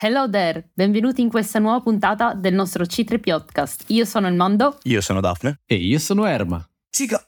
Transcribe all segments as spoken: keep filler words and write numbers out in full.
Hello there, benvenuti in questa nuova puntata del nostro C tre Podcast. Io sono il Mondo. Io sono Daphne. E io sono Erma. Siga.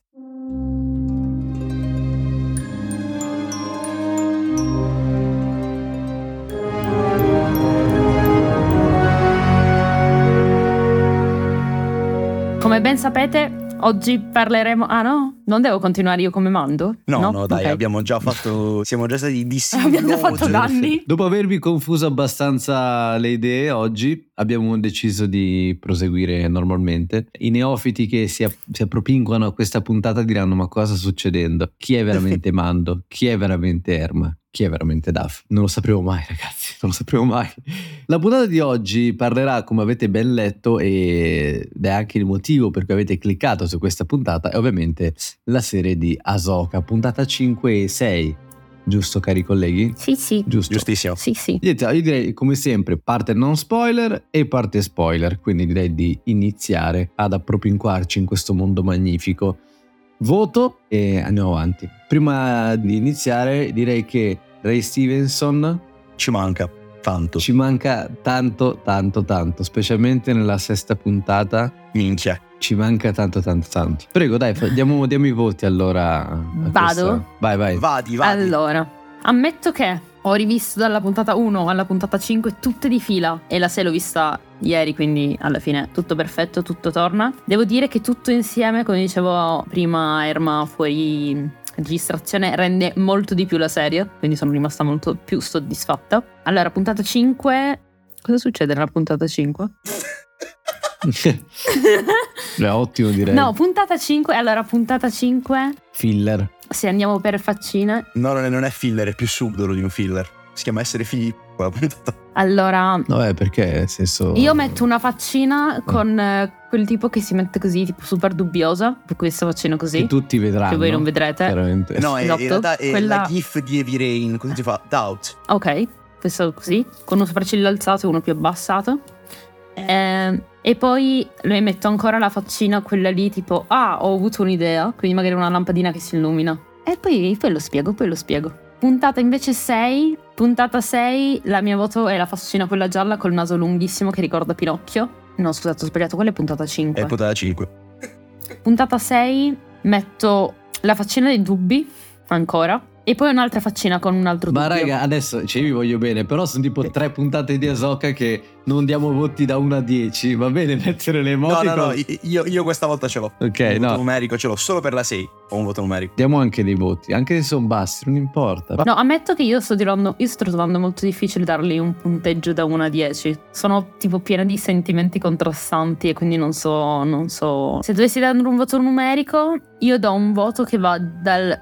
Come ben sapete, oggi parleremo... Ah no? Non devo continuare io come Mando? No, no, no dai, okay. abbiamo già fatto... Siamo già stati dissi. Abbiamo già fatto danni. Dopo avervi confuso abbastanza le idee, oggi abbiamo deciso di proseguire normalmente. I neofiti che si, app- si appropinquano a questa puntata diranno: ma cosa sta succedendo? Chi è veramente Mando? Chi è veramente Erma? Chi è veramente Daf? Non lo sapremo mai, ragazzi, non lo sapremo mai. La puntata di oggi parlerà, come avete ben letto, ed è anche il motivo per cui avete cliccato su questa puntata, è ovviamente la serie di Ahsoka, puntata cinque e sei. Giusto, cari colleghi? Sì, sì. Giusto. Giustissimo. Sì, sì. Io direi, come sempre, parte non spoiler e parte spoiler, quindi direi di iniziare ad appropinquarci in questo mondo magnifico. Voto e andiamo avanti. Prima di iniziare direi che Ray Stevenson ci manca tanto. Ci manca tanto tanto tanto, specialmente nella sesta puntata. Minchia. Ci manca tanto tanto tanto. Prego, dai, diamo, diamo i voti allora. Vado? Questa. Vai, vai. Vadi, vadi. Allora, ammetto che ho rivisto dalla puntata uno alla puntata cinque tutte di fila e la sei l'ho vista ieri, quindi alla fine tutto perfetto, tutto torna. Devo dire che tutto insieme, come dicevo prima Erma fuori registrazione, rende molto di più la serie, quindi sono rimasta molto più soddisfatta. Allora, puntata cinque... Cosa succede nella puntata cinque? È ottimo, direi. No, puntata cinque. Allora, puntata cinque. Filler. Se andiamo per faccine. No, non è, non è filler, è più subdolo di un filler. Si chiama essere figli quella puntata. Allora, no, è perché nel senso. Io metto una faccina con eh, quel tipo che si mette così, tipo super dubbiosa, per questa faccina così. Che tutti vedranno. Che voi non vedrete. Chiaramente. No, è, Esatto, in realtà è quella... la gif di Heavy Rain. Così si fa? Doubt. Ok, questo così, con uno sopracciglio alzato e uno più abbassato. Eh, e poi le metto ancora la faccina, quella lì tipo, ah, ho avuto un'idea, quindi magari una lampadina che si illumina. E poi, poi lo spiego, poi lo spiego. Puntata invece sei, puntata sei, la mia voto è la faccina quella gialla col naso lunghissimo che ricorda Pinocchio. No, scusate, ho sbagliato, quella è puntata cinque. È puntata cinque. Puntata sei, metto la faccina dei dubbi, ancora. E poi un'altra faccina con un altro dubbio. Ma raga, adesso cioè, io vi voglio bene, però sono tipo tre puntate di Ahsoka che non diamo voti da uno a dieci. Va bene mettere le emoticon? No, no, no, io, io questa volta ce l'ho. Ok, un no. voto numerico ce l'ho solo per la sei. Ho un voto numerico. Diamo anche dei voti, anche se sono bassi, non importa. No, ammetto che io sto trovando, io sto trovando molto difficile dargli un punteggio da uno a dieci. Sono tipo piena di sentimenti contrastanti e quindi non so, non so. Se dovessi dare un voto numerico, io do un voto che va dal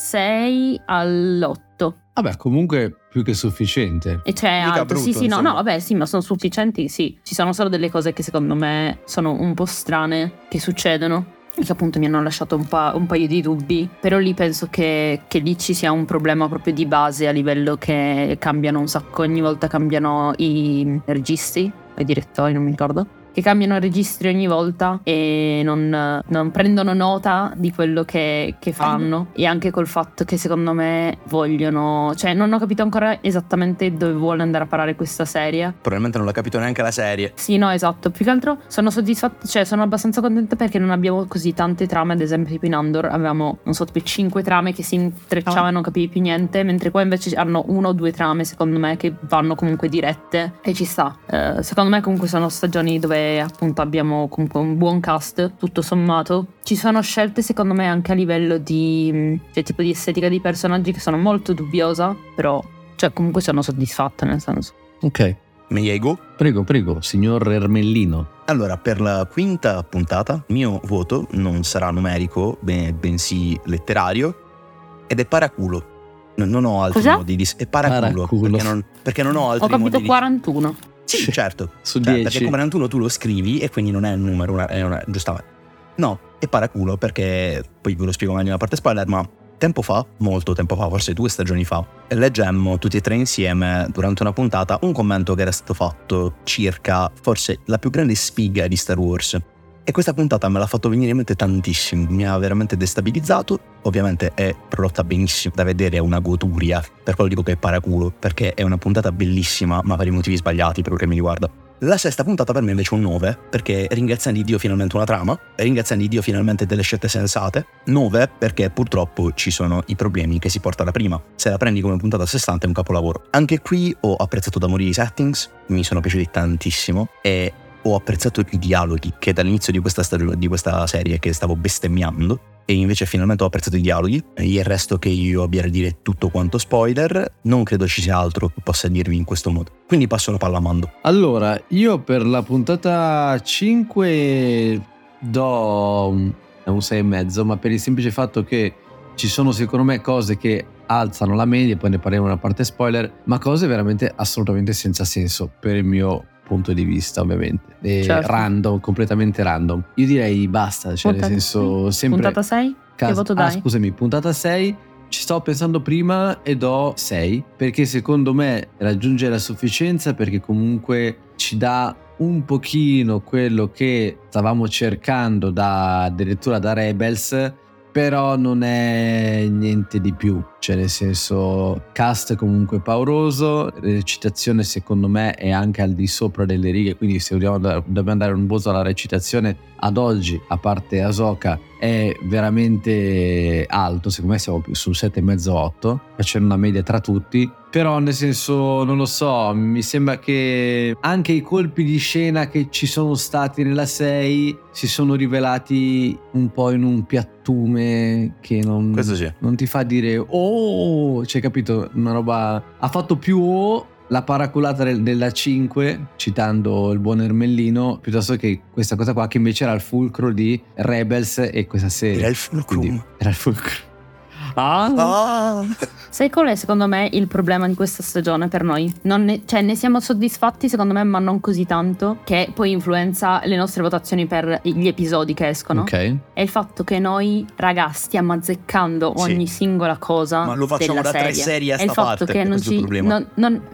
sei all'otto. Vabbè, comunque più che sufficiente. E cioè Mica alto, brutto, sì sì, no, insomma. no, vabbè sì, ma sono sufficienti, sì. Ci sono solo delle cose che secondo me sono un po' strane, che succedono, e che appunto mi hanno lasciato un, pa- un paio di dubbi. Però lì penso che, che lì ci sia un problema proprio di base, a livello che cambiano un sacco, ogni volta cambiano i registi, o i direttori, non mi ricordo, che cambiano registri ogni volta e non, non prendono nota di quello che, che fanno. E anche col fatto che secondo me vogliono, cioè non ho capito ancora esattamente dove vuole andare a parare questa serie. Probabilmente non l'ha capito neanche la serie. Sì, no, esatto. Più che altro sono soddisfatta, cioè sono abbastanza contenta perché non abbiamo così tante trame. Ad esempio tipo in Andor avevamo, non so, tipo cinque trame che si intrecciavano, non capivi più niente, mentre qua invece hanno una o due trame secondo me che vanno comunque dirette e ci sta. Eh, secondo me comunque sono stagioni dove appunto abbiamo comunque un buon cast, tutto sommato. Ci sono scelte secondo me anche a livello di, cioè tipo di estetica dei personaggi che sono molto dubbiosa, però cioè comunque sono soddisfatta, nel senso. Ok. Meiego. Prego, prego, signor Ermellino. Allora, per la quinta puntata, il mio voto non sarà numerico, ben- bensì letterario, ed è paraculo. Non, non ho altri Cos'è? modi di... È paraculo, Paraculo. Perché, non, perché non ho altri Ho capito modi di... quarantuno. Sì, certo. Su Cioè, dieci. perché come quarantuno tu lo scrivi e quindi non è un numero, una- è una, giustamente. No, è paraculo perché, poi ve lo spiego meglio nella parte spoiler, ma tempo fa, molto tempo fa, forse due stagioni fa, leggemmo tutti e tre insieme durante una puntata un commento che era stato fatto circa forse la più grande sfiga di Star Wars. E questa puntata me l'ha fatto venire in mente tantissimo, mi ha veramente destabilizzato. Ovviamente è prodotta benissimo, da vedere, è una goduria, per quello dico che è paraculo, perché è una puntata bellissima, ma per i motivi sbagliati per quello che mi riguarda. La sesta puntata per me invece è un nove, perché ringraziando Dio finalmente una trama, ringraziando Dio finalmente delle scelte sensate. nove perché purtroppo ci sono i problemi che si porta la prima. Se la prendi come puntata a sé stante è un capolavoro. Anche qui ho apprezzato da morire i settings, mi sono piaciuti tantissimo e ho apprezzato i dialoghi, che dall'inizio di questa stagione, di questa serie che stavo bestemmiando, e invece finalmente ho apprezzato i dialoghi. Il resto che io abbia a dire è tutto quanto spoiler, non credo ci sia altro che possa dirvi in questo modo. Quindi passo la palla a Mando. Allora, io per la puntata cinque do un sei e mezzo, ma per il semplice fatto che ci sono secondo me cose che alzano la media, poi ne parliamo nella parte spoiler, ma cose veramente assolutamente senza senso per il mio punto di vista, ovviamente, e certo. Random, completamente random. Io direi basta, cioè puntata, nel senso sempre puntata sei? Cas- che voto ah, dai? scusami, puntata sei. Ci stavo pensando prima e do sei, perché secondo me raggiunge la sufficienza, perché comunque ci dà un pochino quello che stavamo cercando da addirittura da Rebels, però non è niente di più, cioè nel senso cast comunque pauroso, recitazione secondo me è anche al di sopra delle righe, quindi se dobbiamo dare, dobbiamo dare un voto alla recitazione ad oggi, a parte Ahsoka, è veramente alto, secondo me siamo più sul sette e mezzo otto, facendo una media tra tutti, però nel senso non lo so, mi sembra che anche i colpi di scena che ci sono stati nella sei si sono rivelati un po' in un piattume che non, Questo sì. non ti fa dire oh, cioè capito, una roba, ha fatto più oh la paraculata del, della cinque, citando il buon Ermellino, piuttosto che questa cosa qua che invece era il fulcro di Rebels e questa serie. Era il fulcrum. Quindi, era il fulcro. Ah. Ah. Sai qual è secondo me il problema di questa stagione per noi? Non ne, cioè ne siamo soddisfatti secondo me, ma non così tanto, che poi influenza le nostre votazioni per gli episodi che escono. Ok. È il fatto che noi, raga, stiamo azzeccando Sì. ogni singola cosa. Ma lo facciamo della da tre serie. serie a È il sta fatto parte, che non questo è il ci problema. non,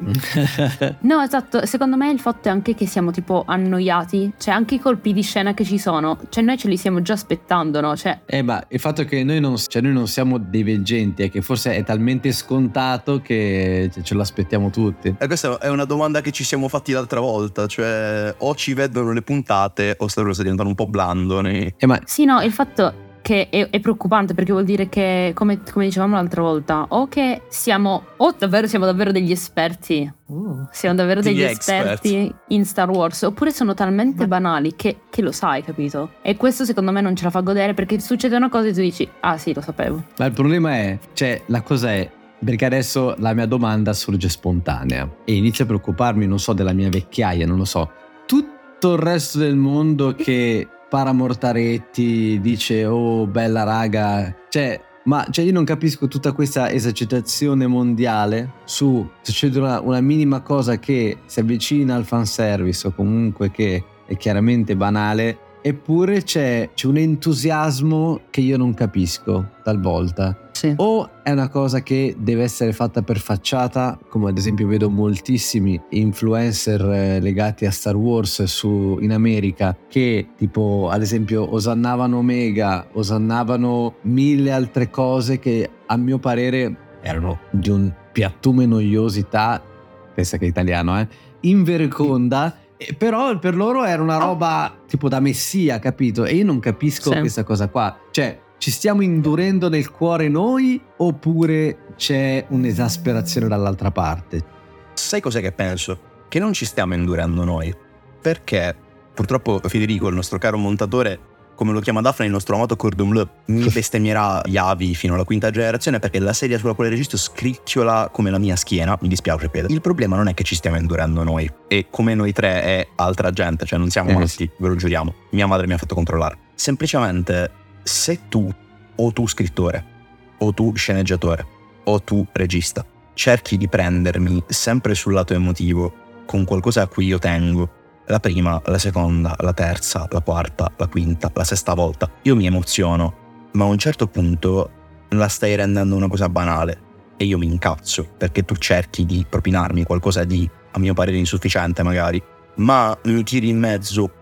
non... No, esatto, secondo me il fatto è anche che siamo tipo annoiati, cioè anche i colpi di scena che ci sono, cioè noi ce li stiamo già aspettando, no? Cioè Eh, ma il fatto che noi non, cioè noi non siamo dei veggenti è che forse è talmente scontato che ce lo aspettiamo tutti. E questa è una domanda che ci siamo fatti l'altra volta, cioè o ci vedono le puntate o sta cosa diventano un po' blandone. Eh, ma sì, no, il fatto che è, è preoccupante, perché vuol dire che, come, come dicevamo l'altra volta, o che siamo, o davvero siamo davvero degli esperti, uh, siamo davvero degli The esperti expert. in Star Wars, oppure sono talmente banali che, che lo sai, capito? E questo secondo me non ce la fa godere, perché succede una cosa e tu dici, ah sì, lo sapevo. Ma il problema è, cioè la cosa è, perché adesso la mia domanda sorge spontanea e inizio a preoccuparmi, non so, della mia vecchiaia, non lo so. Tutto il resto del mondo che paramortaretti dice oh bella raga, cioè ma cioè io non capisco tutta questa esercitazione mondiale su succede una, una minima cosa che si avvicina al fanservice o comunque che è chiaramente banale, eppure c'è, c'è un entusiasmo che io non capisco talvolta. Sì. O è una cosa che deve essere fatta per facciata, come ad esempio vedo moltissimi influencer eh, legati a Star Wars su, in America, che tipo ad esempio osannavano Omega, osannavano mille altre cose che a mio parere erano di un piattume noiosità, pensa che è italiano, eh, invereconda. Però per loro era una roba tipo da messia, capito? E io non capisco sì. questa cosa qua. Cioè, ci stiamo indurendo nel cuore noi oppure c'è un'esasperazione dall'altra parte? Sai cos'è che penso? Che non ci stiamo indurendo noi. Perché purtroppo Federico, il nostro caro montatore, come lo chiama Daphne, il nostro amato cordon bleu, mi bestemmierà gli avi fino alla quinta generazione, perché la serie sulla quale registro scricchiola come la mia schiena, mi dispiace Pedro. Il problema non è che ci stiamo indurando noi, e come noi tre è altra gente, cioè non siamo eh, matti, sì. ve lo giuriamo. Mia madre mi ha fatto controllare. Semplicemente, se tu, o tu scrittore, o tu sceneggiatore, o tu regista, cerchi di prendermi sempre sul lato emotivo con qualcosa a cui io tengo, la prima, la seconda, la terza, la quarta, la quinta, la sesta volta, io mi emoziono, ma a un certo punto la stai rendendo una cosa banale e io mi incazzo, perché tu cerchi di propinarmi qualcosa di, a mio parere, insufficiente magari, ma mi tiri in mezzo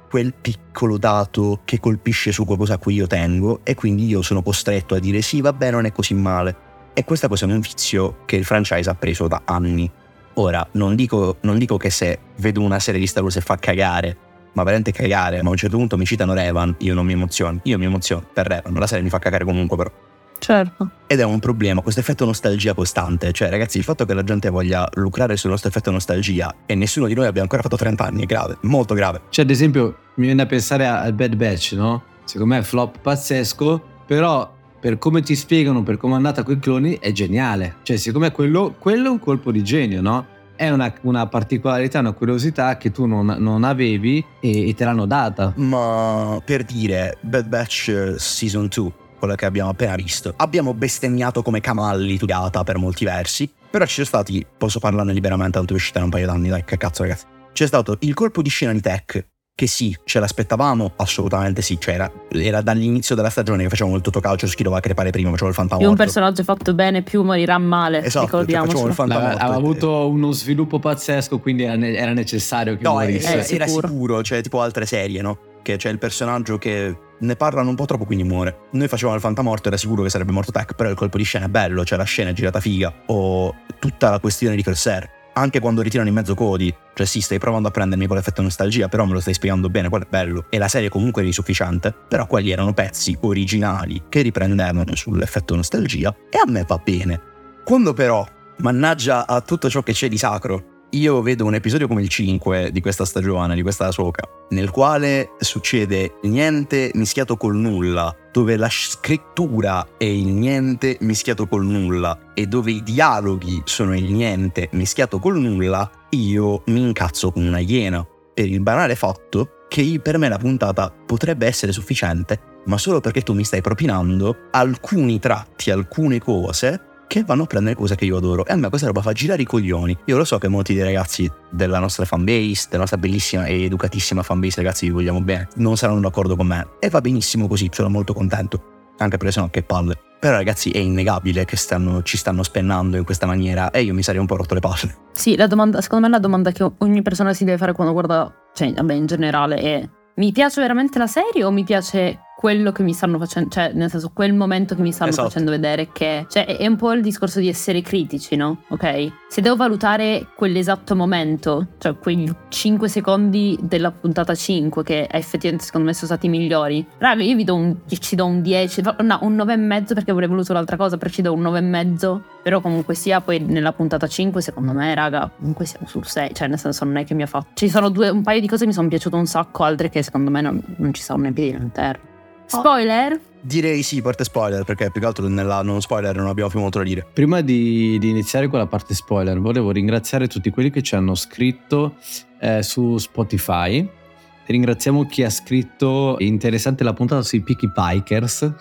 quel piccolo dato che colpisce su qualcosa a cui io tengo, e quindi io sono costretto a dire sì, vabbè, non è così male. E questa cosa è un vizio che il franchise ha preso da anni. Ora, non dico, non dico che se vedo una serie di Star Wars e fa cagare, ma veramente cagare, ma a un certo punto mi citano Revan, io non mi emoziono. Io mi emoziono per Revan, la serie mi fa cagare comunque però. Certo. Ed è un problema, questo effetto nostalgia costante. Cioè ragazzi, il fatto che la gente voglia lucrare sul nostro effetto nostalgia e nessuno di noi abbia ancora fatto trenta anni è grave, molto grave. Cioè ad esempio mi viene a pensare al Bad Batch, no? Secondo me è flop pazzesco, però per come ti spiegano, per come è andata coi cloni, è geniale. Cioè secondo me quello, quello è un colpo di genio, no? È una, una particolarità, una curiosità che tu non, non avevi e, e te l'hanno data. Ma per dire, Bad Batch Season due, quella che abbiamo appena visto, abbiamo bestemmiato come cavalli tugata per molti versi, però ci sono stati, posso parlarne liberamente, tanto è uscita da un paio d'anni, dai, che cazzo ragazzi. C'è stato il colpo di scena di Tech, che sì, ce l'aspettavamo, assolutamente sì, cioè era, era dall'inizio della stagione che facevamo il totocalcio, chi doveva crepare prima, facevo il fantasma. Più un personaggio fatto bene, più morirà male, esatto, ricordiamocelo. Cioè, il fantasma. Aveva avuto uno sviluppo pazzesco, quindi era, ne- era necessario che no, morisse. era, Eh, era sicuro. sicuro, cioè tipo altre serie, no? Che c'è il personaggio che ne parlano un po' troppo, quindi muore. Noi facevamo il fantamorto, era sicuro che sarebbe morto Tech, però il colpo di scena è bello, cioè la scena è girata figa, o tutta la questione di Corsair. Anche quando ritirano in mezzo Cody, cioè sì, stai provando a prendermi con l'effetto nostalgia, però me lo stai spiegando bene, quello è bello. E la serie comunque era insufficiente, però quelli erano pezzi originali che riprendevano sull'effetto nostalgia, e a me va bene. Quando però, mannaggia a tutto ciò che c'è di sacro, io vedo un episodio come il cinque di questa stagione, di questa Ahsoka, nel quale succede niente mischiato col nulla, dove la scrittura è il niente mischiato col nulla e dove i dialoghi sono il niente mischiato col nulla, io mi incazzo come una iena, per il banale fatto che per me la puntata potrebbe essere sufficiente, ma solo perché tu mi stai propinando alcuni tratti, alcune cose che vanno a prendere cose che io adoro, e a me questa roba fa girare i coglioni. Io lo so che molti dei ragazzi della nostra fanbase, della nostra bellissima e educatissima fanbase, ragazzi vi vogliamo bene, non saranno d'accordo con me, e va benissimo così, sono molto contento, anche perché sennò che palle. Però ragazzi è innegabile che stanno, ci stanno spennando in questa maniera, e io mi sarei un po' rotto le palle. Sì, la domanda, secondo me la domanda che ogni persona si deve fare quando guarda, cioè vabbè in generale, è: mi piace veramente la serie o mi piace quello che mi stanno facendo, cioè nel senso quel momento che mi stanno esatto. facendo vedere, che cioè è un po' il discorso di essere critici, no? Ok? Se devo valutare quell'esatto momento, cioè quei cinque secondi della puntata cinque che effettivamente secondo me sono stati i migliori, raga, io vi do un, ci do un dieci, no, un nove e mezzo perché avrei voluto l'altra cosa, però ci do un nove e mezzo, però comunque sia poi nella puntata cinque secondo me, raga, comunque siamo sul sei, cioè nel senso non è che mi ha fatto, ci sono due, un paio di cose che mi sono piaciute un sacco, altre che secondo me non, non ci sono nei piedi all'interno. Spoiler? Direi sì, parte spoiler, perché più che altro nella non spoiler non abbiamo più molto da dire. Prima di, di iniziare con la parte spoiler, volevo ringraziare tutti quelli che ci hanno scritto eh, su Spotify. Ringraziamo chi ha scritto interessante la puntata sui Peaky Pikers.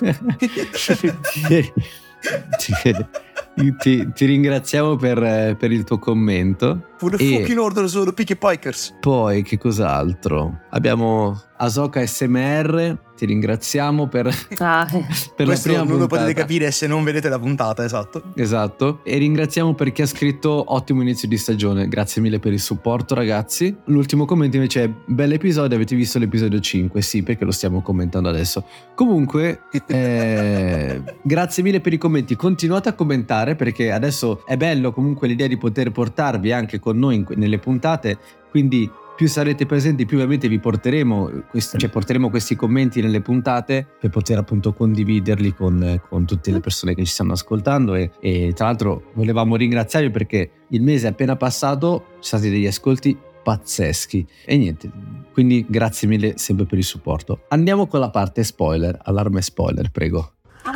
ti, ti, ti ringraziamo per, per il tuo commento. Pure E fucking order solo Peaky Pikers. poi che cos'altro? Abbiamo Ahsoka S M R, ti ringraziamo per, Ah, eh. per la Questo prima non lo puntata. potete capire se non vedete la puntata, esatto. Esatto, e ringraziamo per chi ha scritto ottimo inizio di stagione, grazie mille per il supporto ragazzi. L'ultimo commento invece è: bell'episodio, avete visto l'episodio cinque? Sì, perché lo stiamo commentando adesso. Comunque eh, grazie mille per i commenti, continuate a commentare perché adesso è bello comunque l'idea di poter portarvi anche con noi in que- nelle puntate, quindi più sarete presenti più ovviamente vi porteremo questi, cioè porteremo questi commenti nelle puntate per poter appunto condividerli con, con tutte le persone che ci stanno ascoltando e, e tra l'altro volevamo ringraziarvi perché il mese appena passato ci sono stati degli ascolti pazzeschi e niente, quindi grazie mille sempre per il supporto. Andiamo con la parte spoiler, allarme spoiler, prego.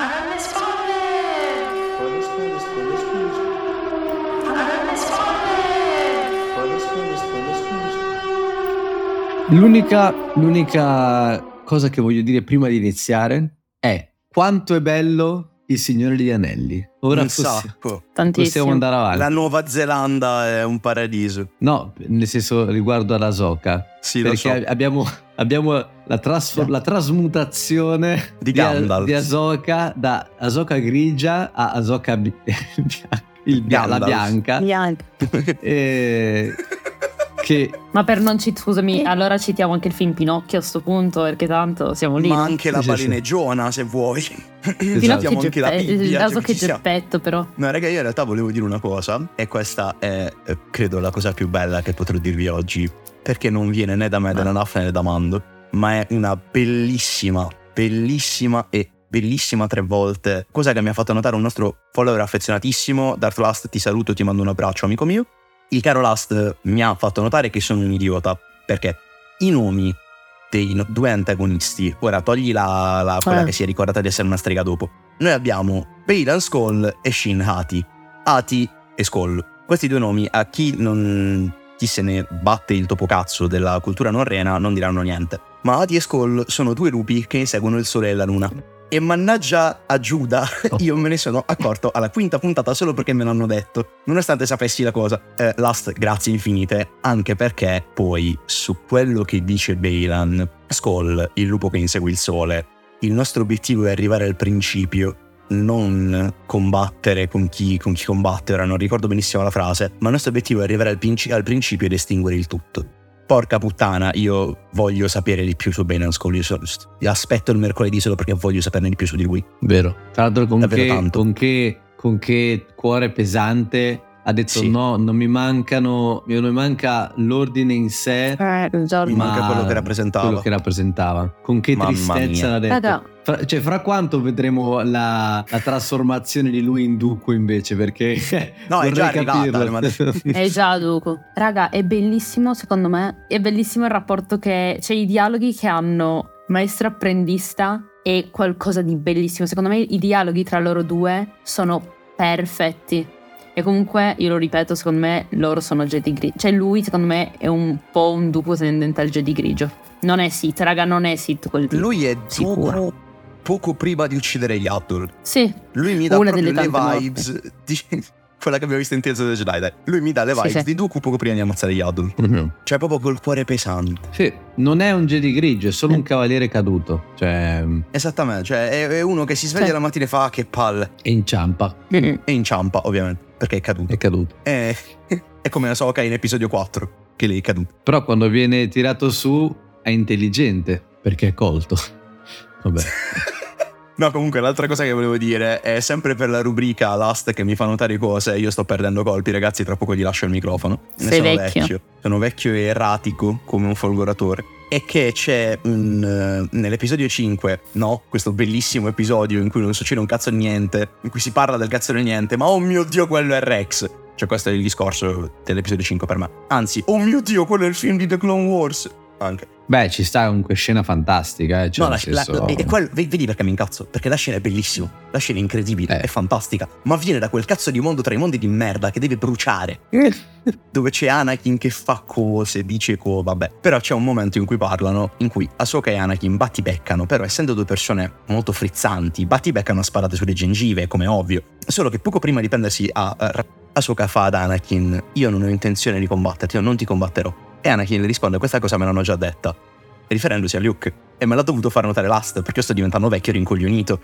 L'unica, l'unica cosa che voglio dire prima di iniziare è quanto è bello il Signore degli Anelli. Ora Un possi- sacco. Tantissimo. possiamo andare avanti. La Nuova Zelanda è un paradiso. No, nel senso riguardo alla Ahsoka. Sì, lo Perché so. abbiamo, abbiamo la, trasfor- la trasmutazione Di di, A- Gandalf. di Ahsoka da Ahsoka grigia a Ahsoka bi- il bia- la Gandalf. bianca. Bianca. E... che Ma per non ci scusami, allora citiamo anche il film Pinocchio a sto punto, perché tanto siamo lì. Ma no? anche la Sì, sì, baleneggiona, se vuoi. Pinocchio Citiamo che anche la geppe- Bibbia, il cioè naso che che ci siamo. geppetto però. No, raga, io in realtà volevo dire una cosa, e questa è, eh, credo, la cosa più bella che potrò dirvi oggi, perché non viene né da me, né da Daphne, né da Mando, ma è una bellissima, bellissima e bellissima tre volte, cosa che mi ha fatto notare un nostro follower affezionatissimo. Darth Last, ti saluto, ti mando un abbraccio, amico mio. Il caro Last mi ha fatto notare che sono un idiota, perché i nomi dei no- due antagonisti, ora togli la, la quella Eh. che si è ricordata di essere una strega dopo, noi abbiamo Baylan Skoll e Shin Hati, Hati e Skoll. Questi due nomi, a chi non chi se ne batte il topocazzo della cultura norrena non diranno niente, ma Hati e Skoll sono due lupi che inseguono il sole e la luna. E mannaggia a Giuda, io me ne sono accorto alla quinta puntata solo perché me l'hanno detto, nonostante sapessi la cosa. eh, Last, grazie infinite, anche perché poi su quello che dice Baylan Skoll, il lupo che insegue il sole, il nostro obiettivo è arrivare al principio, non combattere con chi, con chi combatte. Ora non ricordo benissimo la frase, ma il nostro obiettivo è arrivare al, princi- al principio ed estinguere il tutto. Porca puttana, io voglio sapere di più su Baylan Skoll. Io, so, io aspetto il mercoledì solo perché voglio saperne di più su di lui. vero, tra l'altro con Davvero che, tanto. con che con che cuore pesante ha detto Sì. no, non mi mancano, non mi manca l'ordine in sé, Eh, già. Mi ma manca quello che rappresentava. quello che rappresentava. Con che Mamma tristezza mia. l'ha detto. Raga. Fra, cioè, fra quanto vedremo la, la trasformazione di lui in Dooku invece? Perché No, è vorrei già arrivata, capirlo. ma adesso- È già Duco. Raga, è bellissimo secondo me. È bellissimo il rapporto che c'è, i dialoghi che hanno maestro apprendista è qualcosa di bellissimo. Secondo me i dialoghi tra loro due sono perfetti. E comunque, io lo ripeto, secondo me loro sono Jedi grigi. Cioè lui, secondo me, è un po' un Dooku tendente al Jedi grigio. Non è Sith, raga, non è Sith quel tipo. Lui è Sicuro. Dooku poco prima di uccidere Yaddle. Sì, Lui mi dà Una proprio delle le tante vibes di quella che abbiamo visto in Tales of the Jedi, dai. Lui mi dà le Sì, vibes sì. di Dooku poco prima di ammazzare Yaddle. Mhm. Cioè proprio col cuore pesante. Sì, non è un Jedi grigio, è solo Eh. un cavaliere caduto. Cioè, Esattamente, cioè è, è uno che si sveglia Sì. la mattina e fa "Ah, che palle", è inciampa, Mm. e inciampa ovviamente, perché è caduto. è caduto. È, è come Ahsoka in episodio quattro, che lei è caduta. Però quando viene tirato su è intelligente, perché è colto. Vabbè. No, comunque l'altra cosa che volevo dire è sempre per la rubrica Last che mi fa notare cose. Io sto perdendo colpi, ragazzi, tra poco gli lascio il microfono. Ne Sei sono vecchio. Sono vecchio e erratico come un folgoratore. E che c'è un, uh, nell'episodio cinque, no? Questo bellissimo episodio in cui non succede un cazzo di niente, in cui si parla del cazzo di niente, ma oh mio Dio, quello è Rex. Cioè questo è il discorso dell'episodio cinque per me. Anzi, oh mio Dio, quello è il film di The Clone Wars. Anche. Beh, ci sta comunque scena fantastica. Eh? Cioè, No, la, nel la- senso- e quello, vedi perché mi incazzo? Perché la scena è bellissima, la scena è incredibile, Eh. è fantastica, ma viene da quel cazzo di mondo tra i mondi di merda che deve bruciare, dove c'è Anakin che fa cose, dice cose, vabbè. Però c'è un momento in cui parlano, in cui Ahsoka e Anakin battibeccano, però essendo due persone molto frizzanti, battibeccano a sparate sulle gengive, come ovvio. Solo che poco prima di prendersi a... a Ahsoka fa ad Anakin: io non ho intenzione di combatterti, io non ti combatterò. E Anakin le risponde: questa cosa me l'hanno già detta, riferendosi a Luke. E me l'ha dovuto far notare Last, perché io sto diventando vecchio e rincoglionito.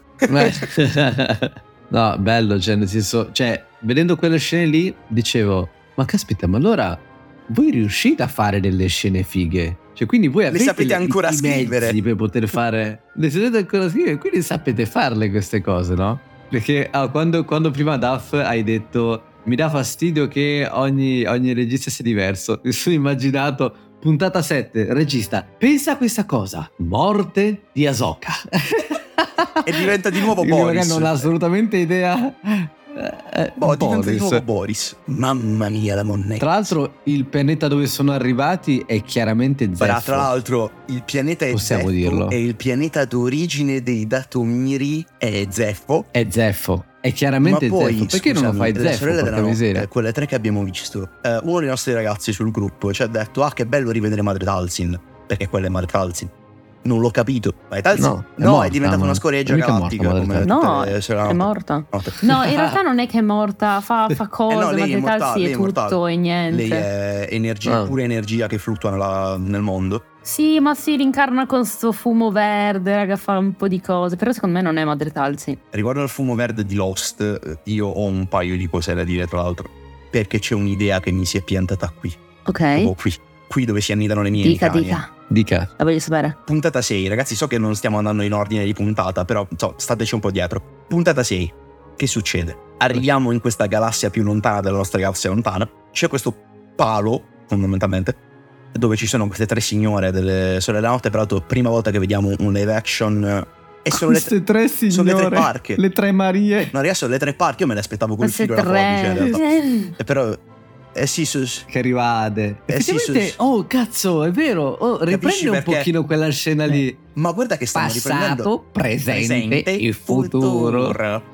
No, bello, cioè nel senso, cioè vedendo quelle scene lì dicevo, ma caspita, ma allora voi riuscite a fare delle scene fighe? Cioè quindi voi avete sapete le- ancora i scrivere. mezzi per poter fare, le sapete ancora scrivere, quindi sapete farle queste cose, no? Perché ah, quando, quando prima Duff hai detto mi dà fastidio che ogni, ogni regista sia diverso, mi sono immaginato puntata sette, regista, pensa a questa cosa, morte di Ahsoka. E diventa di nuovo Quindi magari Boris. non ha assolutamente idea. Eh, Boh, diventa di Boris. nuovo Boris. Mamma mia, la monnetta. Tra l'altro il pianeta dove sono arrivati è chiaramente Zeffo. Tra, tra l'altro, il pianeta è Possiamo Zeffo dirlo. e il pianeta d'origine dei Datomiri è Zeffo. È Zeffo. È chiaramente Ma poi, Zeffo. Perché non lo scusami, fai le Zeffo? sorelle Porca della miseria. notte, quelle tre che abbiamo visto, eh, uno dei nostri ragazzi sul gruppo ci ha detto: ah, che bello rivedere Madre Talzin, perché quella è Madre Talzin. Non l'ho capito. Ma è Talzin? No, è no, morta, è diventata ma- una scoreggia mica è galattica morta, come Madre tutte No, le sue è note. morta. Note. No, in realtà non è che è morta, fa, fa cose, Eh no, ma lei è che immortale, tal lei sì, è è immortale. tutto e niente. Lei è energia, Ah. pura energia che fluttua nella- nel mondo. Sì, ma si rincarna con sto fumo verde, raga, fa un po' di cose. Però secondo me non è Madre Talzi. Riguardo al fumo verde di Lost, eh, io ho un paio di cose da dire, tra l'altro, perché c'è un'idea che mi si è piantata qui, Ok. proprio qui. qui dove si annidano le mie Dica, nicanie. dica. Dica. La voglio sapere. Puntata sei, ragazzi, so che non stiamo andando in ordine di puntata, però so, stateci un po' dietro. Puntata sei, che succede? Arriviamo in questa galassia più lontana della nostra galassia lontana, c'è questo palo, fondamentalmente, dove ci sono queste tre signore delle Sorelle della Notte, peraltro prima volta che vediamo un live action. E sono queste le tre, tre signore, sono le tre parche. Le tre Marie. No, adesso le tre parche io me le aspettavo col Queste filo alla forbice, in realtà. tre. E però, eh sì, su, Che rivade. Eh sì, Effettivamente, su- oh cazzo, è vero. Oh, riprendi un perché? pochino quella scena lì. ma guarda che stanno riprendendo Passato, presente e futuro.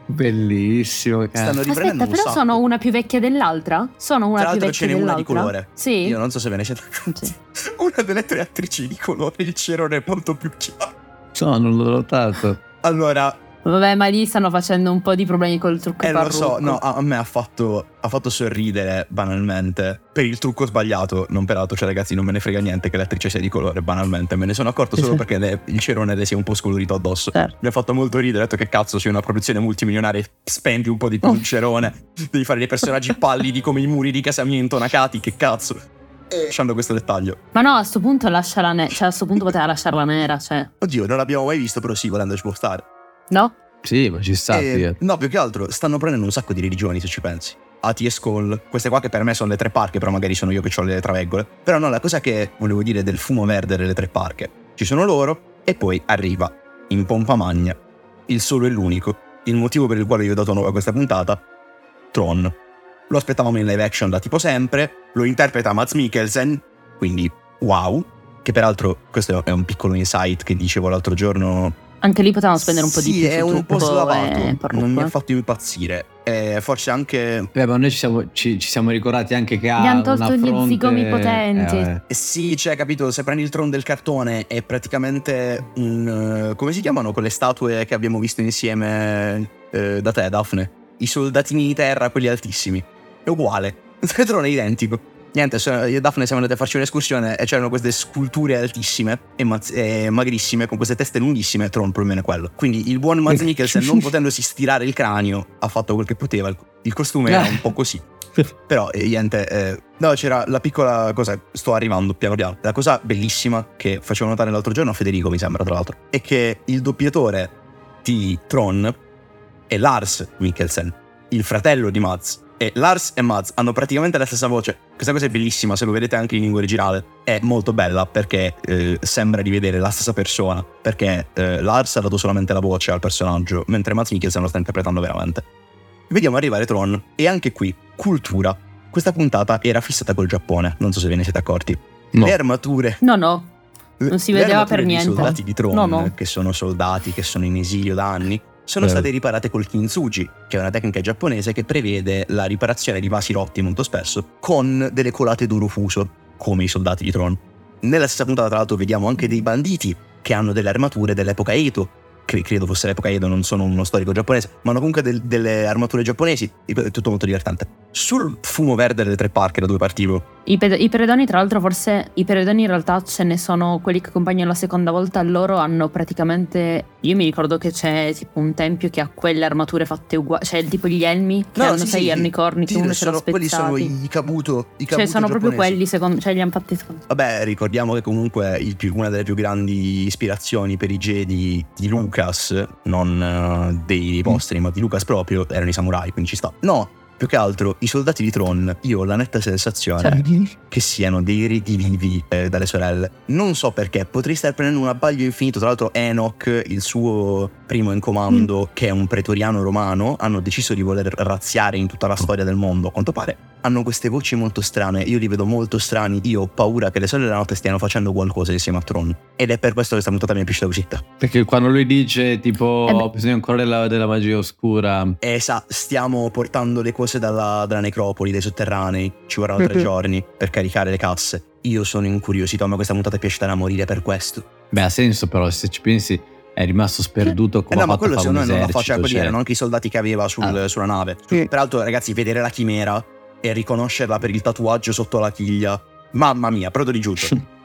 Bellissimo, cazzo. Stanno riprendendo Aspetta, un però sacco. sono una più vecchia dell'altra? Sono una Tra più l'altro vecchia ce n'è una di dell'altra? colore. Sì. Io non so se ve ne siete accorti. Sì. Una delle tre attrici di colore, il cerone è molto più chiaro. No, non l'ho notato. Allora, Vabbè, ma lì stanno facendo un po' di problemi col trucco eh e lo parrucco. so, no, a, a me ha fatto, ha fatto sorridere banalmente per il trucco sbagliato, non per altro, cioè ragazzi non me ne frega niente che l'attrice sia di colore, banalmente, me ne sono accorto solo perché le- il cerone le si è un po' scolorito addosso. Certo. Mi ha fatto molto ridere, ho detto che cazzo, sei una produzione multimilionaria, spendi un po' di più Oh. il cerone, devi fare dei personaggi pallidi come i muri di casa mia intonacati, che cazzo. Lasciando questo dettaglio. Ma no, a sto punto lasciala nera. Cioè, a sto punto poteva lasciarla nera, cioè. Oddio, non l'abbiamo mai visto, però sì, volendo ci può stare. No? Sì, ma ci sta. Eh, sì. no, più che altro stanno prendendo un sacco di religioni, se ci pensi. Ati e Skull, queste qua che per me sono le tre parche, però magari sono io che ho le traveggole. Però no, la cosa che volevo dire del fumo verde delle tre parche, ci sono loro e poi arriva in pompa magna il solo e l'unico, il motivo per il quale io ho dato nome a questa puntata, Tron. Lo aspettavamo in live action da tipo sempre, lo interpreta Mads Mikkelsen, quindi wow, che peraltro questo è un piccolo insight che dicevo l'altro giorno. Anche lì potevamo spendere un po' di Sì, più è su un po' trucco slavato, e parrucco, non mi ha eh. fatto impazzire. Eh, forse anche... Beh, ma noi ci siamo, ci, ci siamo ricordati anche che ha Gli han tolto una gli fronte... zigomi potenti. Eh, vabbè. Eh sì, cioè, capito, se prendi il Tron del cartone è praticamente un... eh, come si chiamano quelle statue che abbiamo visto insieme eh, da te, Daphne? I soldatini di terra, quelli altissimi. È uguale. Il Tron è identico. Niente, so- io e Daphne siamo andati a farci un'escursione e c'erano queste sculture altissime e, maz- e magrissime con queste teste lunghissime. Tron più o meno è quello. Quindi il buon Mads Mikkelsen, non potendosi stirare il cranio, ha fatto quel che poteva. Il, il costume era un po' così. Però eh, niente, eh, no, c'era la piccola cosa, sto arrivando piano piano. La cosa bellissima che facevo notare l'altro giorno a Federico, mi sembra, tra l'altro, è che il doppiatore di Tron è Lars Mikkelsen, il fratello di Mads. E Lars e Mads hanno praticamente la stessa voce. Questa cosa è bellissima, se lo vedete anche in lingua originale. È molto bella perché eh, sembra di vedere la stessa persona. Perché eh, Lars ha dato solamente la voce al personaggio, mentre Mads Mikkelsen lo sta interpretando veramente. Vediamo arrivare Tron. E anche qui, cultura. Questa puntata era fissata col Giappone, non so se ve ne siete accorti. No. Le armature... No, no. Non si le vedeva armature per dei niente. soldati di Tron, No, no. che sono soldati che sono in esilio da anni, sono Eh. state riparate col kintsugi, che è una tecnica giapponese che prevede la riparazione di vasi rotti molto spesso con delle colate d'oro fuso, come i soldati di Tron. Nella stessa puntata, tra l'altro, vediamo anche dei banditi che hanno delle armature dell'epoca Edo, che credo fosse l'epoca Edo, non sono uno storico giapponese, ma hanno comunque del- delle armature giapponesi, è tutto molto divertente. Sul fumo verde delle tre parche da dove partivo, I, ped- i predoni, tra l'altro, forse i predoni in realtà ce ne sono quelli che accompagnano la seconda volta. Loro hanno praticamente. Io mi ricordo che c'è tipo un tempio che ha quelle armature fatte uguali. Cioè, tipo gli elmi che No, hanno sì, sei sì, unicorni che sì, uno ce l'ha sono- quelli sono spezzati. i kabuto, i kabuto Cioè, sono proprio giapponesi. quelli, secondo. Cioè, li hanno fatti secondo. Vabbè, ricordiamo che comunque il più- una delle più grandi ispirazioni per i Jedi di Lucas, non eh, dei posteri, ma di Lucas proprio, erano i samurai, quindi ci sta. No, più che altro i soldati di Tron, io ho la netta sensazione Cioè, che siano dei redivivi eh, dalle sorelle. Non so perché, potrei stare prendendo un abbaglio infinito. Tra l'altro Enoch, il suo primo in comando, Mm. che è un pretoriano romano, hanno deciso di voler razziare in tutta la storia del mondo, a quanto pare. Hanno queste voci molto strane, io li vedo molto strani, io ho paura che le sorelle della notte stiano facendo qualcosa insieme a Tron. Ed è per questo che questa puntata mi è piaciuta così tanto. Perché quando lui dice tipo Eh beh. ho bisogno ancora della, della magia oscura, E sa, stiamo portando le cose dalla, dalla necropoli, dai sotterranei, ci vorranno tre giorni per caricare le casse. Io sono incuriosito, ma questa puntata è piaciuta da morire per questo. beh ha senso, però se ci pensi è rimasto sperduto Eh come no, ha ma fatto quello a fare secondo un me non la esercito, faceva, quelli cioè. erano anche i soldati che aveva sul- Ah. sulla nave. Sì. Peraltro, ragazzi, vedere la chimera e riconoscerla per il tatuaggio sotto la chiglia, mamma mia, prodo di giusto.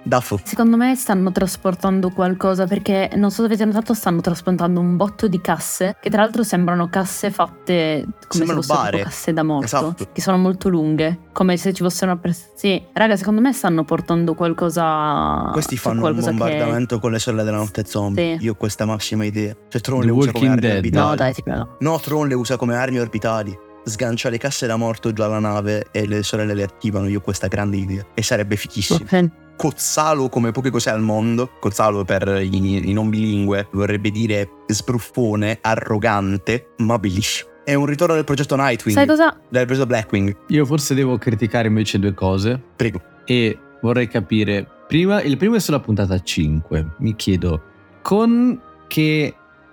Daffo. Secondo me stanno trasportando qualcosa, perché non so se avete notato, stanno trasportando un botto di casse, che tra l'altro sembrano casse fatte come Sembrano se fossero bare. tipo casse da morto, Esatto. che sono molto lunghe, come se ci fossero una pres- sì, raga, secondo me stanno portando qualcosa. Questi fanno un qualcosa bombardamento con le sorelle della notte zombie. Sì. Io ho questa massima idea. Cioè Tron The le usa come Walking armi Dead. che... orbitali. No dai, ti prego. No, Tron le usa come armi orbitali. Sgancia le casse da morto già alla nave e le sorelle le attivano. Io ho questa grande idea. E sarebbe fichissimo. Ok. Cozzalo come poche cose al mondo. Cozzalo per i, i non bilingue vorrebbe dire sbruffone, arrogante, ma bellissimo. È un ritorno del progetto Nightwing. Sai cosa? Del progetto Blackwing. Io forse devo criticare invece due cose Prego. e vorrei capire. Prima, il primo è sulla puntata cinque. Mi chiedo, con che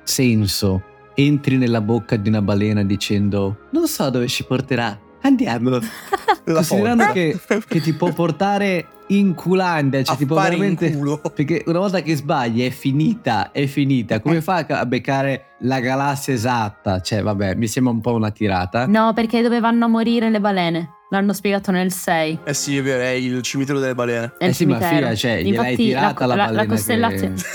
senso entri nella bocca di una balena dicendo non so dove ci porterà, andiamo. La Considerando forza. che, che ti può portare in culandia, cioè A tipo fare in veramente, culo. perché una volta che sbagli è finita, è finita. Come fa a beccare la galassia esatta? Cioè vabbè, mi sembra un po' una tirata. No, perché dovevano morire le balene. L'hanno spiegato nel sei. Eh sì, è vero, è il cimitero delle balene. Nel Eh sì, ma cimitero. figa, cioè, gliel'hai Infatti, tirata la la, balena la costellazione. che-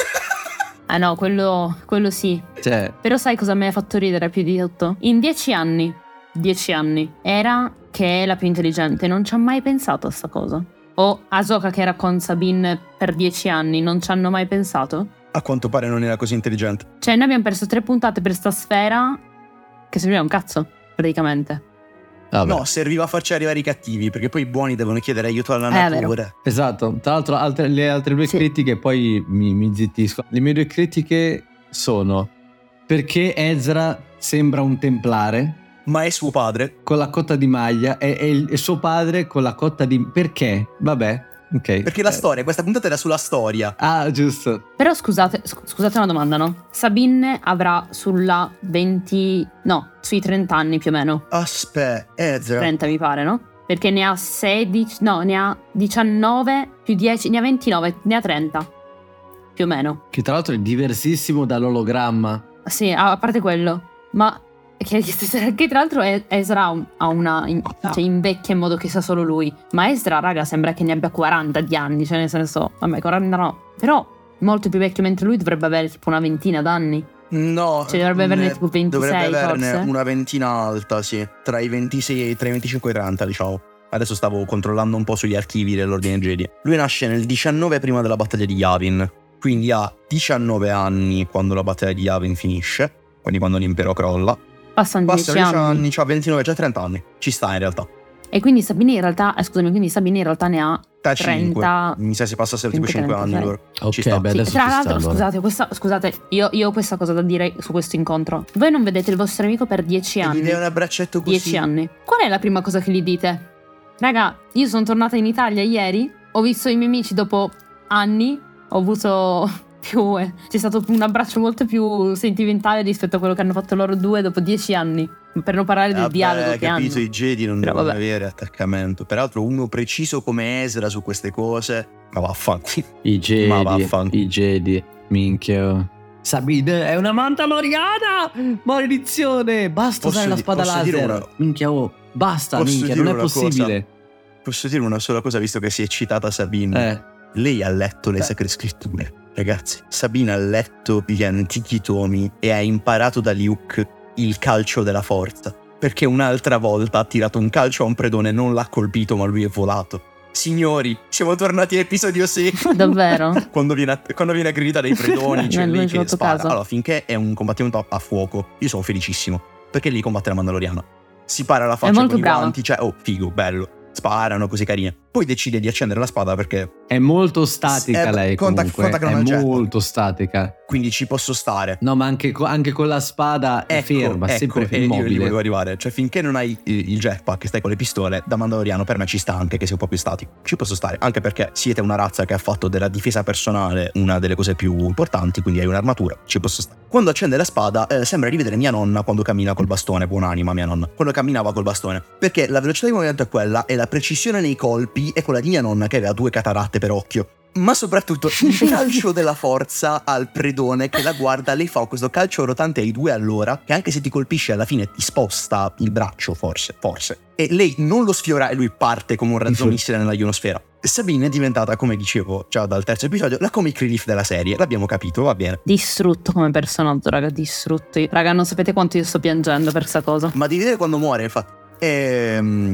Ah no, quello, quello sì. Cioè, Però sai cosa mi ha fatto ridere più di tutto? In dieci anni, dieci anni, era che è la più intelligente, non ci ha mai pensato a sta cosa. O Ahsoka che era con Sabine per dieci anni, non ci hanno mai pensato? A quanto pare non era così intelligente. Cioè noi abbiamo perso tre puntate per sta sfera che serviva un cazzo, praticamente. vabbè. No, serviva a farci arrivare i cattivi, perché poi i buoni devono chiedere aiuto alla Eh, natura. Esatto, tra l'altro altre- le altre due Sì. critiche poi mi, mi zittisco. Le mie due critiche sono perché Ezra sembra un templare Ma è suo padre. con la cotta di maglia e, e il- e suo padre con la cotta di... Perché? Vabbè, ok. Perché la Eh, storia, questa puntata era sulla storia. Ah, giusto. Però scusate, sc- scusate una domanda, no? Sabine avrà sulla venti... no, sui trenta anni più o meno. Aspetta, Ezra. trenta mi pare, no? Perché ne ha sedici, no, ne ha diciannove più dieci, ne ha ventinove, ne ha trenta. Più o meno. Che tra l'altro è diversissimo dall'ologramma. Sì, a a parte quello. Ma che, che tra l'altro è- Ezra ha una in- cioè invecchia in modo che sa solo lui. Ma Ezra, raga, sembra che ne abbia quaranta di anni, cioè nel senso, vabbè, quaranta no. Però molto più vecchio, mentre lui dovrebbe avere tipo una ventina d'anni. No. Cioè, dovrebbe averne ne- tipo ventisei, Dovrebbe averne forse? una ventina alta, sì. Tra i ventisei, tra i venticinque e i trenta, diciamo. Adesso stavo controllando un po' sugli archivi dell'Ordine Jedi. Lui nasce nel diciannove prima della battaglia di Yavin. Quindi ha diciannove anni quando la battaglia di Yavin finisce. Quindi quando l'impero crolla. Passano Passa dieci dieci anni. anni, c'ha ventinove, già trenta anni. Ci sta in realtà. E quindi Sabine in realtà, eh, scusami, quindi Sabine in realtà ne ha trentacinque. trenta. Mi sa si passassero tipo cinque anni trentasei. loro. Ci Ok, sta. beh, Sì, adesso tra ci sta l'altro, allora. scusate, questa, scusate, io, io ho questa cosa da dire su questo incontro. Voi non vedete il vostro amico per dieci E anni. gli dai un abbraccetto così. Dieci anni. Qual è la prima cosa che gli dite? Raga, io sono tornata in Italia ieri, ho visto i miei amici dopo anni, ho avuto più... eh, c'è stato un abbraccio molto più sentimentale rispetto a quello che hanno fatto loro due dopo dieci anni. Per non parlare del Vabbè, dialogo che capito, hanno. i Jedi non Però devono vabbè. avere attaccamento. Peraltro uno preciso come Ezra su queste cose. Ma vaffanculo. I Ma Jedi, vaffanculo. i Jedi, minchia. Sabine è una mandaloriana! Maledizione! Basta Posso usare la di- spada posso dire laser. una- Minchia, oh, basta, Posso minchia, dire non è una cosa? possibile. Posso dire una sola cosa visto che si è citata Sabine? Eh, Lei ha letto le Beh. sacre scritture. Ragazzi, Sabine ha letto gli antichi tomi e ha imparato da Luke il calcio della forza. Perché un'altra volta ha tirato un calcio a un predone, non l'ha colpito, ma lui è volato. Signori, siamo tornati all'episodio sei. Davvero? Quando viene, a- quando viene aggredita dai predoni, c'è Non- non lei ci ho che fatto spara. caso. Allora, finché è un combattimento a, a fuoco, io sono felicissimo. Perché lì combatte la Mandaloriana. Si para la faccia molto con i brava. guanti, cioè, oh, figo, bello. Sparano, così carine. Poi decide di accendere la spada perché è molto statica Eh, lei conta- comunque. conta che non ha è il jetpack. molto statica. quindi ci posso stare. No, ma anche, co- anche con la spada è Ecco, ferma, ecco, sempre e io lì immobile. volevo arrivare. Cioè, finché non hai il il jetpack e stai con le pistole, da Mandaloriano per me ci sta anche che sia un po' più statico. Ci posso stare, anche perché siete una razza che ha fatto della difesa personale una delle cose più importanti, quindi hai un'armatura, ci posso stare. Quando accende la spada, eh, sembra rivedere mia nonna quando cammina col bastone, buonanima mia nonna, quando camminava col bastone. Perché la velocità di movimento è quella e la precisione nei colpi è quella di mia nonna che aveva due cataratte per occhio. Ma soprattutto il calcio della forza al predone che la guarda, lei fa questo calcio rotante ai due all'ora, che anche se ti colpisce alla fine ti sposta il braccio, forse, forse. E lei non lo sfiora e lui parte come un razzo missile nella ionosfera. Sabine è diventata, come dicevo già dal terzo episodio, la comic relief della serie. L'abbiamo capito, va bene. Distrutto come personaggio, raga, distrutto. Raga, non sapete quanto io sto piangendo per questa cosa. Ma devi vedere quando muore, infatti. Ehm...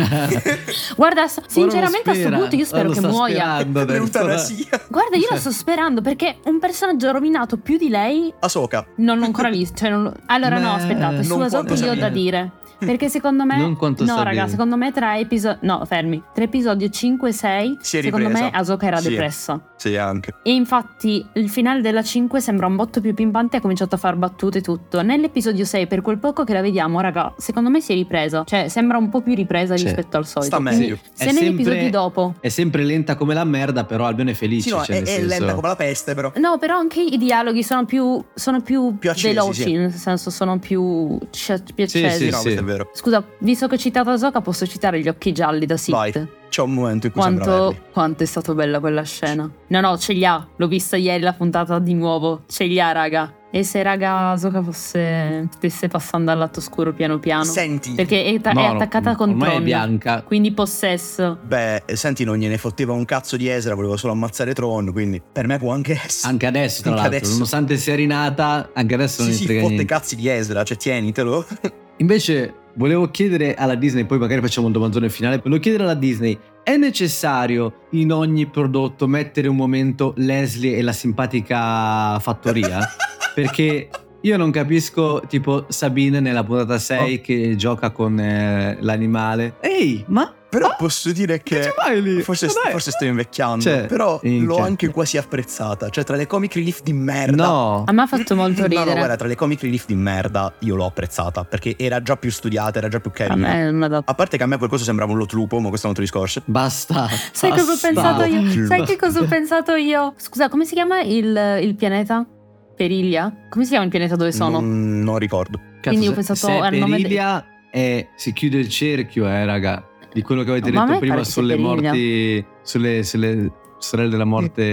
Guarda, sinceramente a sto punto io spero che muoia. L'eutanasia. Guarda, io la sto sperando perché un personaggio rovinato più di lei Ahsoka. non l'ho ancora visto, cioè non lo... Allora no, aspettate, su Ahsoka io ho da dire. Perché secondo me non quanto no, sta raga, bene. secondo me tra episodi no, fermi. Tra episodio cinque e sei, Si è secondo ripresa. me Ahsoka era Sì. depressa. Sì, anche. E infatti il finale della cinque sembra un botto più pimpante e ha cominciato a far battute e tutto. Nell'episodio sei, per quel poco che la vediamo, raga, secondo me si è ripresa. Cioè, sembra un po' più ripresa Cioè, rispetto al solito. sta Quindi, meglio. se È negli sempre- episodi dopo È sempre lenta come la merda, però almeno è felice. Sì, no, cioè, è, nel è senso- lenta come la peste, però. no, però anche i dialoghi sono più sono più, Più accesi, veloci, sì. nel senso sono più, c- più Sì, accesi. sì, no, sì. questo è vero. Scusa, visto che ho citato Ahsoka, posso citare gli occhi gialli da Sith. Vai. C'è un momento in cui sembra Quanto, averli. quanto è stato bella quella scena. No, no, ce li ha. L'ho vista ieri la puntata di nuovo. Ce li ha, raga. E se raga Ahsoka fosse stesse passando al lato scuro piano piano. Senti. Perché è, ta- No, è no, attaccata con ormai è Tron. bianca. Quindi possesso. Beh, senti, non gliene fotteva un cazzo di Ezra, voleva solo ammazzare Tron, quindi per me può anche essere. Anche adesso, tra Anche l'altro, adesso. nonostante sia rinata, anche adesso non Sì, ne sì, frega fotte niente. cazzi di Ezra, cioè tienitelo. Invece, volevo chiedere alla Disney, poi magari facciamo il domandone finale. Volevo chiedere alla Disney: è necessario in ogni prodotto mettere un momento Leslie e la simpatica fattoria? Perché io non capisco, tipo Sabine nella puntata sei Oh. che gioca con eh, l'animale. Ehi, ma Però ah, posso dire che che ci fai lì? forse, Ma dai. forse sto invecchiando, Cioè, però minchia. l'ho anche quasi apprezzata. Cioè, tra le comic relief di merda. No. A me ha fatto molto No, ridere. no, guarda, tra le comic relief di merda io l'ho apprezzata perché era già più studiata, era già più A carina. me non ha dato. A parte che a me quel coso sembrava un lotlupo, ma questo è un altro discorso. Basta. Sai cosa ho basta. pensato io? Sai che cosa ho Basta. pensato io? Scusa, come si chiama il, il pianeta? Perilia? Come si chiama il pianeta dove sono? Non, non ricordo. Quindi Cazzo, ho pensato se è al nome de- Perilia è, si chiude il cerchio, eh, raga. Di quello che avete No, ma a detto me prima pare che sia sulle Perilia. morti, sulle, sulle sorelle della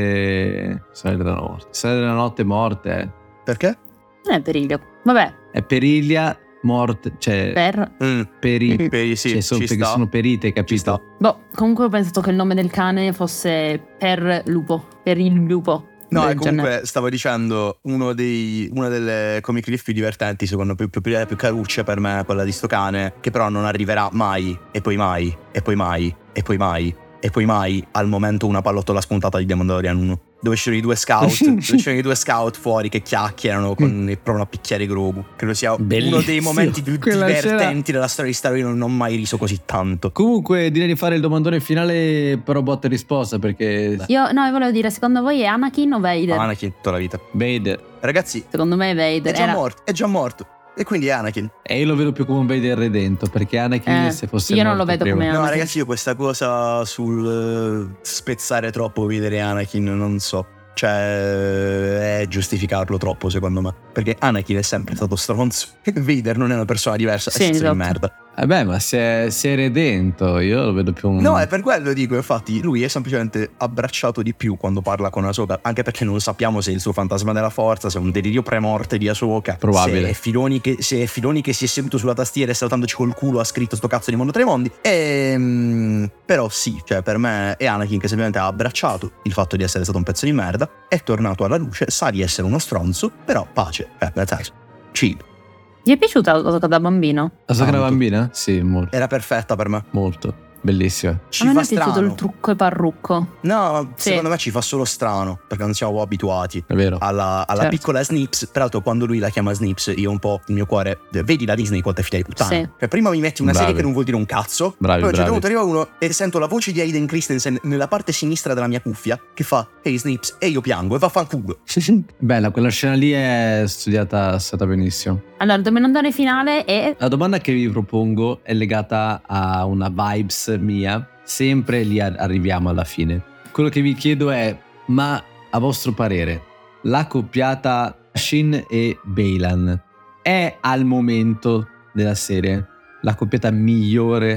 morte, sorelle della morte, sorelle della notte morte. eh. Perché? Non è Perilia. Vabbè, È Perilia morte, cioè per... Mm, peri, per- sì, cioè, sono, ci perché sta. sono perite, Ci capito? sta. Boh, comunque ho pensato che il nome del cane fosse per lupo. Per il lupo. No, del e comunque genere. stavo dicendo uno dei, una delle comic relief più divertenti, secondo me, più, più, più carucce per me, quella di sto cane, che però non arriverà mai, e poi mai, e poi mai, e poi mai, e poi mai al momento una pallottola spuntata di The Mandalorian uno. Dove c'erano i due scout, dove c'erano i due scout fuori che chiacchierano con e provano a picchiare Grogu. Credo sia uno dei Bellissimo. momenti più Quella divertenti della storia di Star Wars, non ho mai riso così tanto. Comunque direi di fare il domandone finale, però botta e risposta, perché Io, no, io volevo dire, secondo voi è Anakin o Vader? Anakin tutta la vita. Vader, Ragazzi, Secondo me è è Vader. già Era... morto, è già morto. E quindi è Anakin. e io lo vedo più come un Vader redento, perché Anakin Eh, se fosse io non morto lo vedo prima- come No, Anakin. ragazzi, io questa cosa sul eh, spezzare troppo vedere Anakin, non so. Cioè, è giustificarlo troppo, secondo me. Perché Anakin è sempre stato stronzo. Vader non è una persona diversa, Sì, è senza esatto. di merda. Eh beh, ma se è, se è redento, io lo vedo più un... No, è per quello dico, infatti, lui è semplicemente abbracciato di più quando parla con Ahsoka, anche perché non sappiamo se è il suo fantasma della forza, se è un delirio premorte di Ahsoka, Probabile. se è Filoni che, se è Filoni che si è seduto sulla tastiera e saltandoci col culo ha scritto sto cazzo di Mondo tra i Mondi. Ehm, però sì, cioè per me è Anakin che semplicemente ha abbracciato il fatto di essere stato un pezzo di merda, è tornato alla luce, sa di essere uno stronzo, però pace, eh, nel senso, cheap. Gli è piaciuta Ahsoka da bambino? La sua Tanto. bambina? Sì, molto, Era perfetta per me. molto. Bellissima. Ci A me fa non è piaciuto strano. il trucco e parrucco. No, ma Sì. secondo me ci fa solo strano, perché non siamo abituati. È vero. alla, alla Certo. piccola Snips. Tra l'altro, quando lui la chiama Snips, io un po' il mio cuore, vedi la Disney quanto è figlia di puttana. Sì. Cioè, prima mi metti una Bravi. serie che non vuol dire un cazzo, Bravi, poi a un certo bravi. punto arriva uno e sento la voce di Hayden Christensen nella parte sinistra della mia cuffia che fa hey Snips, e io piango e vaffanculo. Bella, quella scena lì è studiata, è stata benissimo. Allora, il domandone finale è... La domanda che vi propongo è legata a una vibes mia. Sempre lì a- arriviamo alla fine. Quello che vi chiedo è: ma a vostro parere la coppiata Shin e Baylan è al momento della serie la coppiata migliore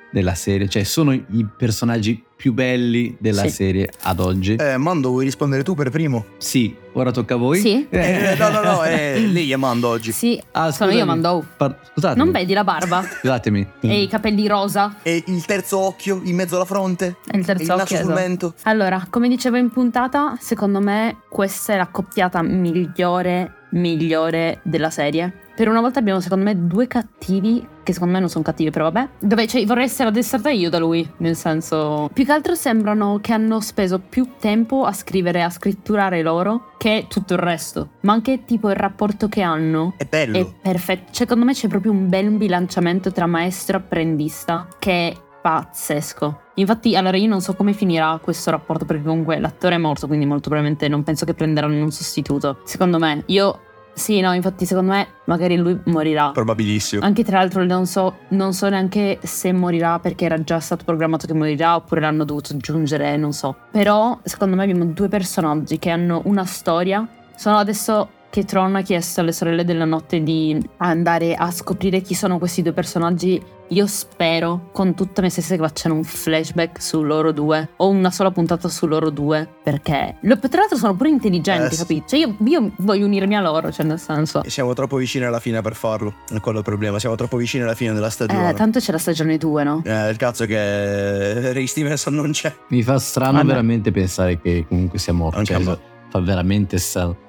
della serie? Cioè sono i personaggi più belli della Sì. serie ad oggi? Eh, Mando, vuoi rispondere tu per primo? Sì, ora tocca a voi. Sì. Eh, no, no, no, è lei è Mando oggi. Sì, Ah, sono scusami. io Mando. Par- scusatemi. Non vedi la barba? Scusatemi. E i capelli rosa? E il terzo occhio in mezzo alla fronte? E il terzo E il naso occhio, sul esatto. mento? Allora, come dicevo in puntata, secondo me questa è la coppiata migliore, migliore della serie. Per una volta abbiamo secondo me due cattivi, che secondo me non sono cattivi, però vabbè. Dove cioè, vorrei essere addestrata io da lui, nel senso... Più che altro sembrano che hanno speso più tempo a scrivere, a scritturare loro, che tutto il resto. Ma anche tipo il rapporto che hanno È bello. è perfetto. Secondo me c'è proprio un bel bilanciamento tra maestro e apprendista, che è pazzesco. Infatti, allora io non so come finirà questo rapporto, perché comunque l'attore è morto, quindi molto probabilmente non penso che prenderanno un sostituto. Secondo me, io sì, no, infatti secondo me magari lui morirà. Probabilissimo. Anche tra l'altro non so, non so neanche se morirà perché era già stato programmato che morirà oppure l'hanno dovuto aggiungere, non so. Però secondo me abbiamo due personaggi che hanno una storia. Sono adesso che Tron ha chiesto alle sorelle della notte di andare a scoprire chi sono questi due personaggi. Io spero con tutta me stessa che facciano un flashback su loro due o una sola puntata su loro due, perché lo, tra l'altro sono pure intelligenti, Eh, sì. capito? Cioè io, io voglio unirmi a loro, cioè nel senso Siamo troppo vicini alla fine per farlo. È quello il problema. Siamo troppo vicini alla fine della stagione. eh, tanto c'è la stagione due, no? Eh, il cazzo che Ray Stevenson non c'è. Mi fa strano Ah, no. veramente pensare che comunque sia morto. Anche Cioè, a me. fa veramente strano.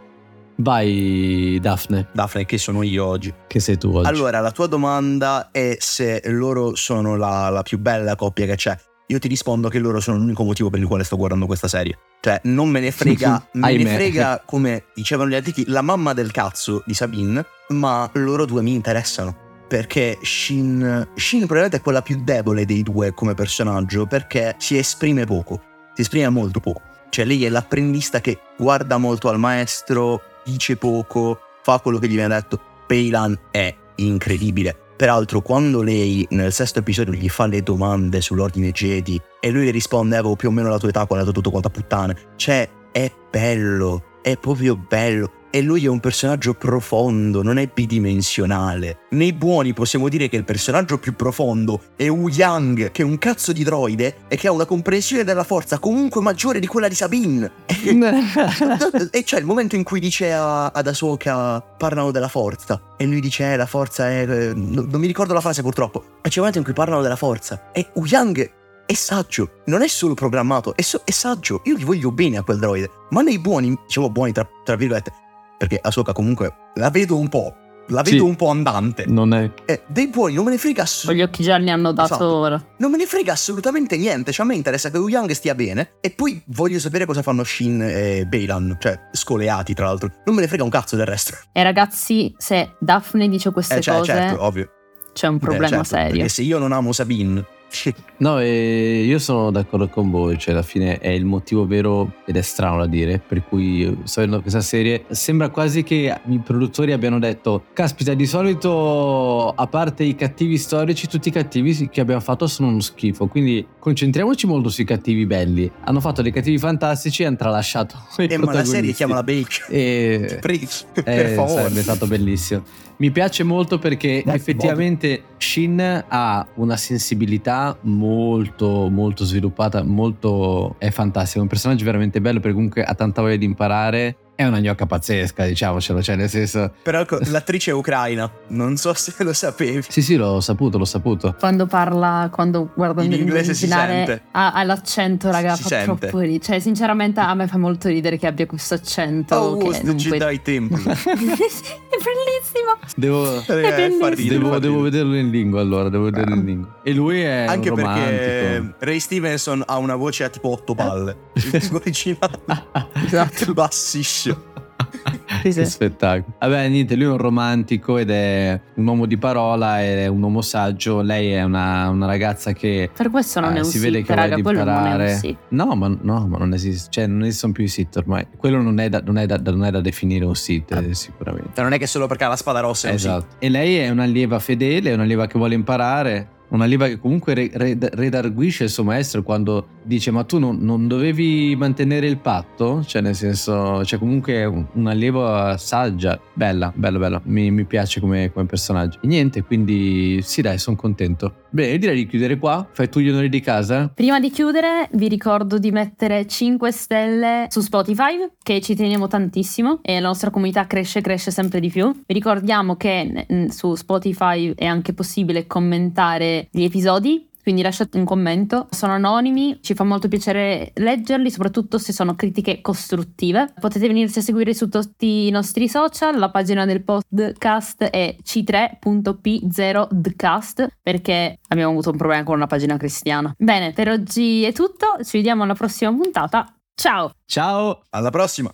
Vai Daphne, Daphne, che sono io oggi. che sei tu oggi. Allora, la tua domanda è se loro sono la, la più bella coppia che c'è. Io ti rispondo che loro sono l'unico motivo per il quale sto guardando questa serie. Cioè, non me ne frega, me ne Ahimè. frega, come dicevano gli antichi, la mamma del cazzo di Sabine, ma loro due mi interessano. Perché Shin, Shin probabilmente è quella più debole dei due come personaggio, perché si esprime poco, si esprime molto poco. Cioè, lei è l'apprendista che guarda molto al maestro, dice poco, fa quello che gli viene detto. Peylan è incredibile. Peraltro, quando lei nel sesto episodio gli fa le domande sull'ordine Jedi e lui le risponde: avevo più o meno la tua età quando hai dato tutto quanto a puttane. Cioè, è bello, è proprio bello. E lui è un personaggio profondo, non è bidimensionale. Nei buoni possiamo dire che il personaggio più profondo è Wu Yang, che è un cazzo di droide e che ha una comprensione della forza comunque maggiore di quella di Sabine. E c'è il momento in cui dice a, ad Ahsoka, parlano della forza, e lui dice eh, la forza è eh, no- non mi ricordo la frase purtroppo, e c'è il momento in cui parlano della forza e Wu Yang è saggio, non è solo programmato, è, so- è saggio. Io gli voglio bene a quel droide, ma nei buoni, diciamo buoni tra, tra virgolette, perché Ahsoka comunque la vedo un po', la vedo Sì. un po' andante. Non è... Eh, dei buoni non me ne frega ass- Con gli occhi gialli hanno dato Esatto. ora. non me ne frega assolutamente niente. Cioè a me interessa che Wu Yang stia bene e poi voglio sapere cosa fanno Shin e Baylan, cioè scoleati tra l'altro. Non me ne frega un cazzo del resto. E ragazzi, se Daphne dice queste Eh, cioè, cose, certo, ovvio. c'è un Eh, problema certo, serio. Perché se io non amo Sabine, No, e io sono d'accordo con voi, cioè alla fine è il motivo vero, ed è strano da dire, per cui sto vedendo questa serie. Sembra quasi che i produttori abbiano detto: caspita, di solito a parte i cattivi storici, tutti i cattivi che abbiamo fatto sono uno schifo, quindi concentriamoci molto sui cattivi belli. Hanno fatto dei cattivi fantastici e hanno tralasciato i eh, ma la serie protagonisti. chiama Bake. E Please, per eh, favore. sarebbe stato bellissimo. Mi piace molto perché Dai, effettivamente Shin ha una sensibilità molto molto sviluppata, molto è fantastico, è un personaggio veramente bello perché comunque ha tanta voglia di imparare. È una gnocca pazzesca, diciamocelo, cioè nel senso... Però ecco, l'attrice è ucraina, non so se lo sapevi. Sì sì, l'ho saputo, l'ho saputo. Quando parla, quando guarda In inglese si originale, sente. ha, ha l'accento, raga, Si fa sente. troppo ridere. Cioè, sinceramente, a me fa molto ridere che abbia questo accento. Oh, che was the non puoi- Jedi Temple. Sì, è bellissimo. Devo, Eh, bellissimo. fa ridere, devo, fa devo ridere. vederlo in lingua allora, devo vederlo in lingua. E lui è Anche un romantico. perché Ray Stevenson ha una voce a tipo otto palle. Il tipo originale Esatto. bassissimo. Sì, Che sì. spettacolo. Vabbè, niente, lui è un romantico ed è un uomo di parola, è un uomo saggio. Lei è una, una ragazza che Per questo non eh, è un si vede Sith, che voglia raga, di quello non è un imparare. Sith. No, ma, no, ma non esiste, cioè non esistono più i Sith ormai. Quello non è da, non è da, non è da definire un Sith, eh, sicuramente. Cioè, non è che solo perché ha la spada rossa è un Esatto. E lei è un'allieva fedele, è un'allieva che vuole imparare. Un'allieva che comunque re- re- redarguisce il suo maestro quando dice ma tu non, non dovevi mantenere il patto? Cioè nel senso, cioè comunque un- un'allieva saggia, bella, bella, bella, mi, mi piace come, come personaggio. E niente, quindi sì dai, sono contento. Bene, direi di chiudere qua, fai tu gli onori di casa? Prima di chiudere vi ricordo di mettere cinque stelle su Spotify, che ci teniamo tantissimo e la nostra comunità cresce cresce sempre di più. Vi ricordiamo che mm, su Spotify è anche possibile commentare gli episodi, quindi lasciate un commento, sono anonimi, ci fa molto piacere leggerli, soprattutto se sono critiche costruttive. Potete venirci a seguire su tutti i nostri social, la pagina del podcast è c tre punto p zero dcast, perché abbiamo avuto un problema con una pagina cristiana. Bene, per oggi è tutto, ci vediamo alla prossima puntata, ciao! Ciao! Alla prossima!